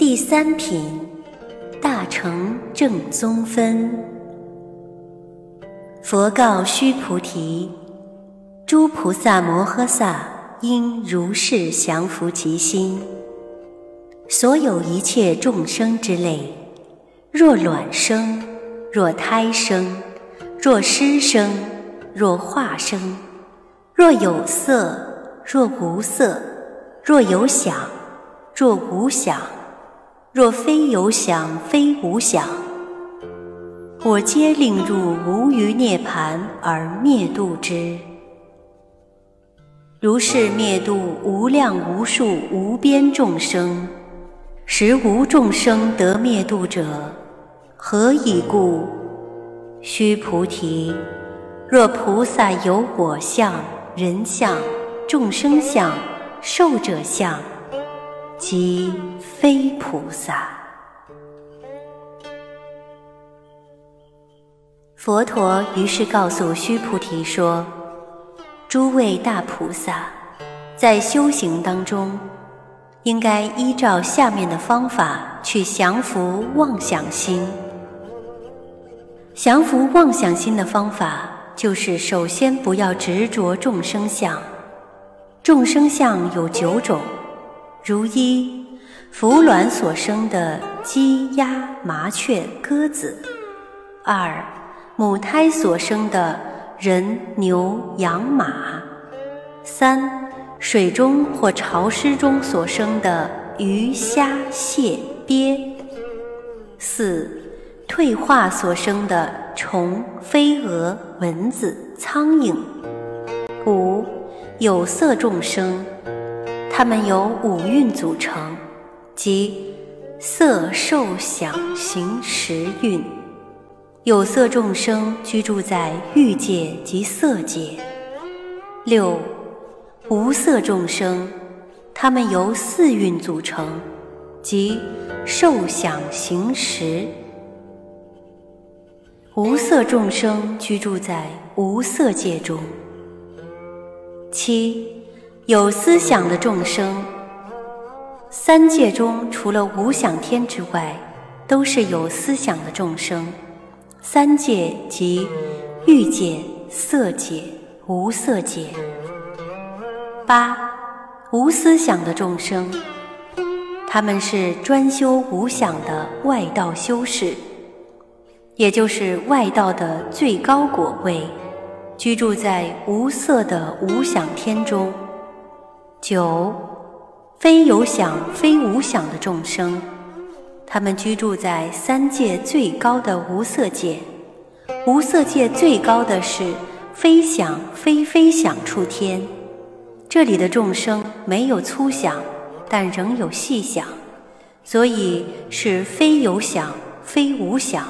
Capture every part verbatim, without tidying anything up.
第三品，大乘正宗分。佛告须菩提：诸菩萨摩诃萨应如是降伏其心。所有一切众生之类，若卵生，若胎生，若湿生，若化生，若有色，若无色，若有想，若无想，若非有想非无想，我皆令入无余涅盘而灭度之。如是灭度无量无数无边众生，实无众生得灭度者。何以故？须菩提，若菩萨有我相、人相、众生相、寿者相，即非菩萨。佛陀于是告诉须菩提说：诸位大菩萨，在修行当中，应该依照下面的方法去降伏妄想心。降伏妄想心的方法，就是首先不要执着众生相。众生相有九种，如一，孵卵所生的鸡、鸭、麻雀、鸽子；二，母胎所生的人、牛、羊、马；三，水中或潮湿中所生的鱼、虾、蟹、鳖；四，退化所生的虫、飞蛾、蚊子、苍蝇；五，有色众生，它们由五蕴组成，即色、受、想、行、识蕴。有色众生居住在欲界及色界。六，无色众生，它们由四蕴组成，即受、想、行、识。无色众生居住在无色界中。七，有思想的众生，三界中除了无想天之外，都是有思想的众生。三界即欲界、色界、无色界。八，无思想的众生，他们是专修无想的外道修士，也就是外道的最高果位，居住在无色的无想天中。九，非有想非无想的众生，他们居住在三界最高的无色界。无色界最高的是非想非非想处天，这里的众生没有粗想，但仍有细想，所以是非有想非无想。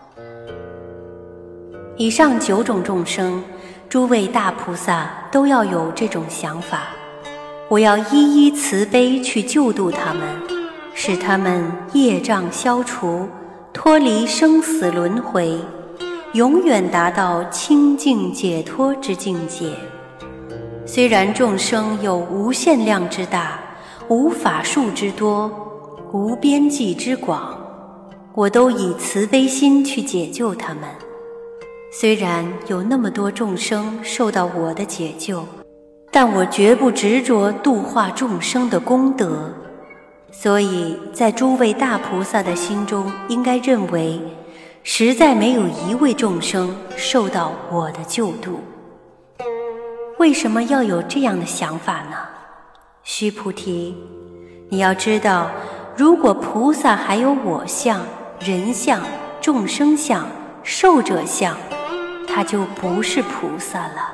以上九种众生，诸位大菩萨都要有这种想法，我要一一慈悲去救度他们，使他们业障消除，脱离生死轮回，永远达到清净解脱之境界。虽然众生有无限量之大，无法数之多，无边际之广，我都以慈悲心去解救他们。虽然有那么多众生受到我的解救，但我绝不执着度化众生的功德。所以在诸位大菩萨的心中，应该认为实在没有一位众生受到我的救度。为什么要有这样的想法呢？须菩提，你要知道，如果菩萨还有我相、人相、众生相、寿者相，他就不是菩萨了。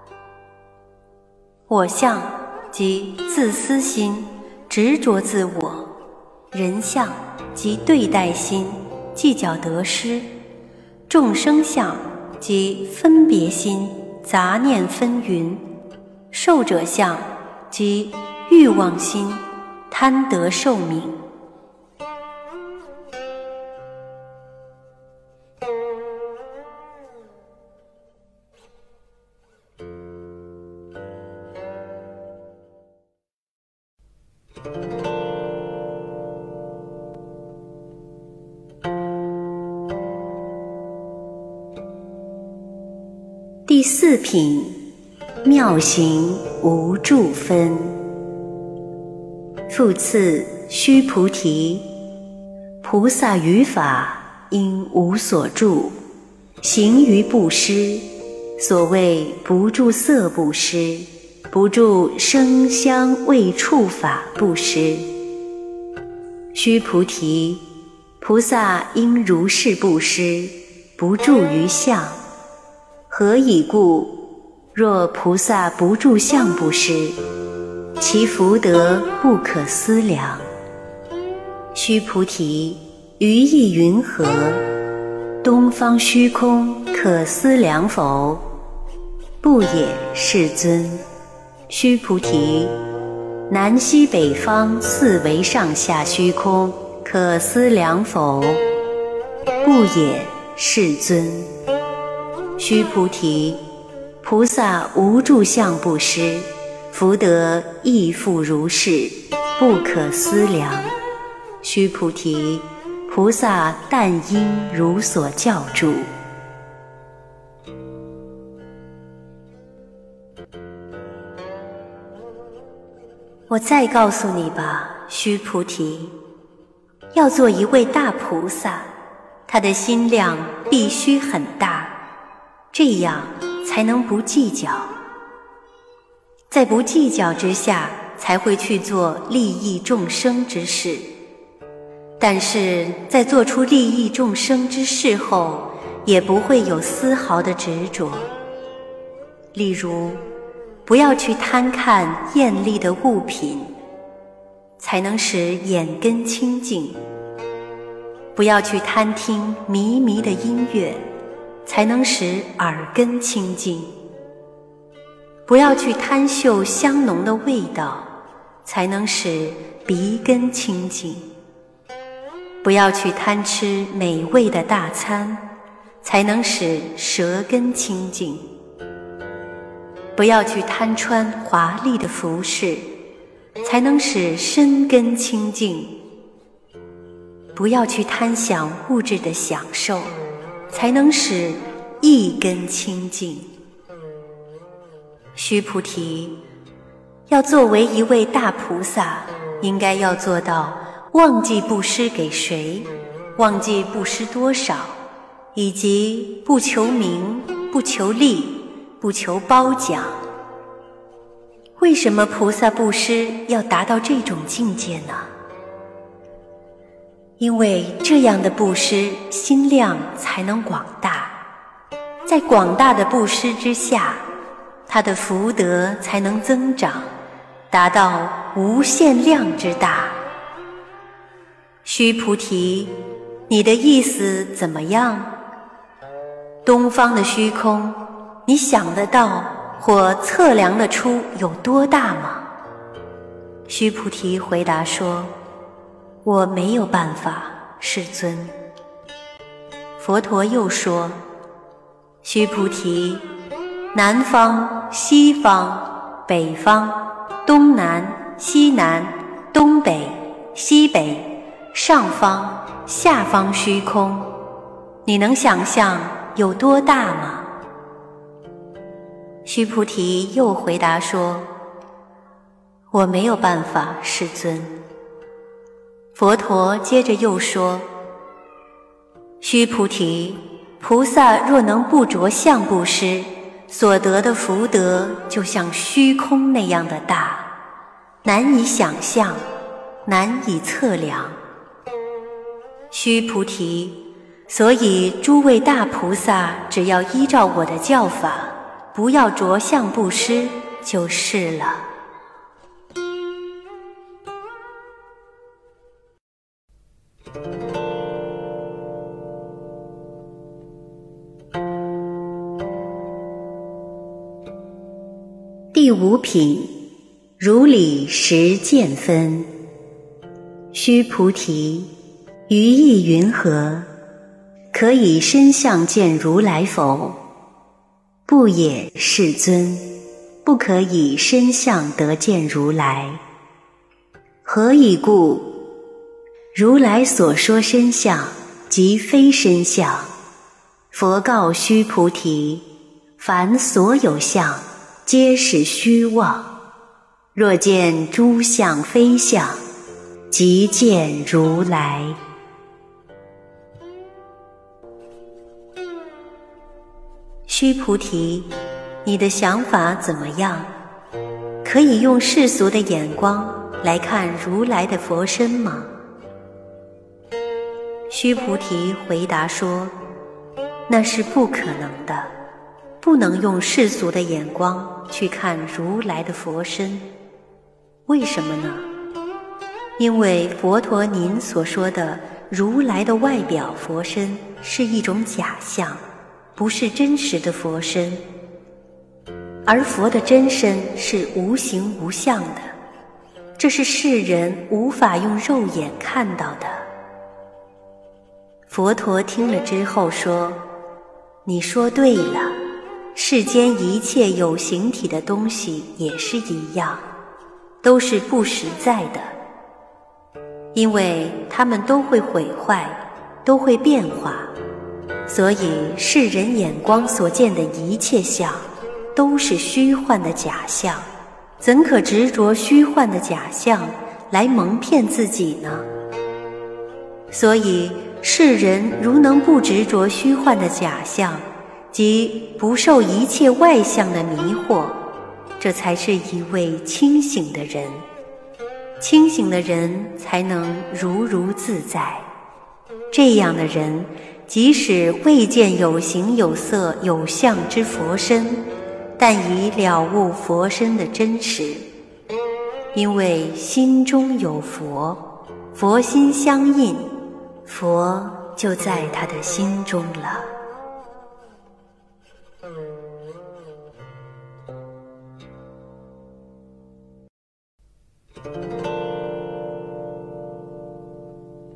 我相即自私心，执着自我；人相即对待心，计较得失；众生相即分别心，杂念纷纭；寿者相即欲望心，贪得寿命。 四品，妙行无住分。复次，须菩提，菩萨于法应无所住，行于布施，所谓不住色布施，不住声香味触法布施。须菩提，菩萨应如是布施，不住于相。何以故？若菩萨不住相布施，其福德不可思量。须菩提，于意云何？东方虚空可思量否？不也，世尊。须菩提，南西北方四维上下虚空可思量否？不也，世尊。须菩提，菩萨无住相布施，福德亦复如是，不可思量。须菩提，菩萨但应如所教住。我再告诉你吧，须菩提，要做一位大菩萨，他的心量必须很大，这样才能不计较。在不计较之下，才会去做利益众生之事。但是在做出利益众生之事后，也不会有丝毫的执着。例如，不要去贪看艳丽的物品，才能使眼根清净；不要去贪听靡靡的音乐，才能使耳根清净；不要去贪嗅香浓的味道，才能使鼻根清净；不要去贪吃美味的大餐，才能使舌根清净；不要去贪穿华丽的服饰，才能使身根清净；不要去贪享物质的享受，才能使意根清净。须菩提，要作为一位大菩萨，应该要做到忘记布施给谁，忘记布施多少，以及不求名，不求利，不求褒奖。为什么菩萨布施要达到这种境界呢？因为这样的布施心量才能广大，在广大的布施之下，他的福德才能增长，达到无限量之大。须菩提，你的意思怎么样？东方的虚空，你想得到或测量得出有多大吗？须菩提回答说，我没有办法，世尊。佛陀又说，须菩提，南方、西方、北方、东南、西南、东北、西北、上方、下方虚空，你能想象有多大吗？须菩提又回答说，我没有办法，世尊。佛陀接着又说，须菩提，菩萨若能不着相布施，所得的福德就像虚空那样的大，难以想象，难以测量。须菩提，所以诸位大菩萨只要依照我的教法，不要着相布施就是了。第五品，如理实见分。须菩提，于意云何？可以身相见如来否？不也，世尊。不可以身相得见如来。何以故？如来所说身相，即非身相。佛告须菩提， 凡所有相，皆是虚妄。若见诸相非相，即见如来。须菩提，你的想法怎么样？可以用世俗的眼光来看如来的佛身吗？须菩提回答说，那是不可能的，不能用世俗的眼光去看如来的佛身。为什么呢？因为佛陀您所说的如来的外表佛身是一种假象，不是真实的佛身，而佛的真身是无形无相的，这是世人无法用肉眼看到的。佛陀听了之后说，你说对了，世间一切有形体的东西也是一样，都是不实在的，因为它们都会毁坏，都会变化，所以世人眼光所见的一切相都是虚幻的假象，怎可执着虚幻的假象来蒙骗自己呢？所以世人如能不执着虚幻的假象，即不受一切外相的迷惑，这才是一位清醒的人。清醒的人才能如如自在。这样的人，即使未见有形有色有相之佛身，但已了悟佛身的真实。因为心中有佛，佛心相应，佛就在他的心中了。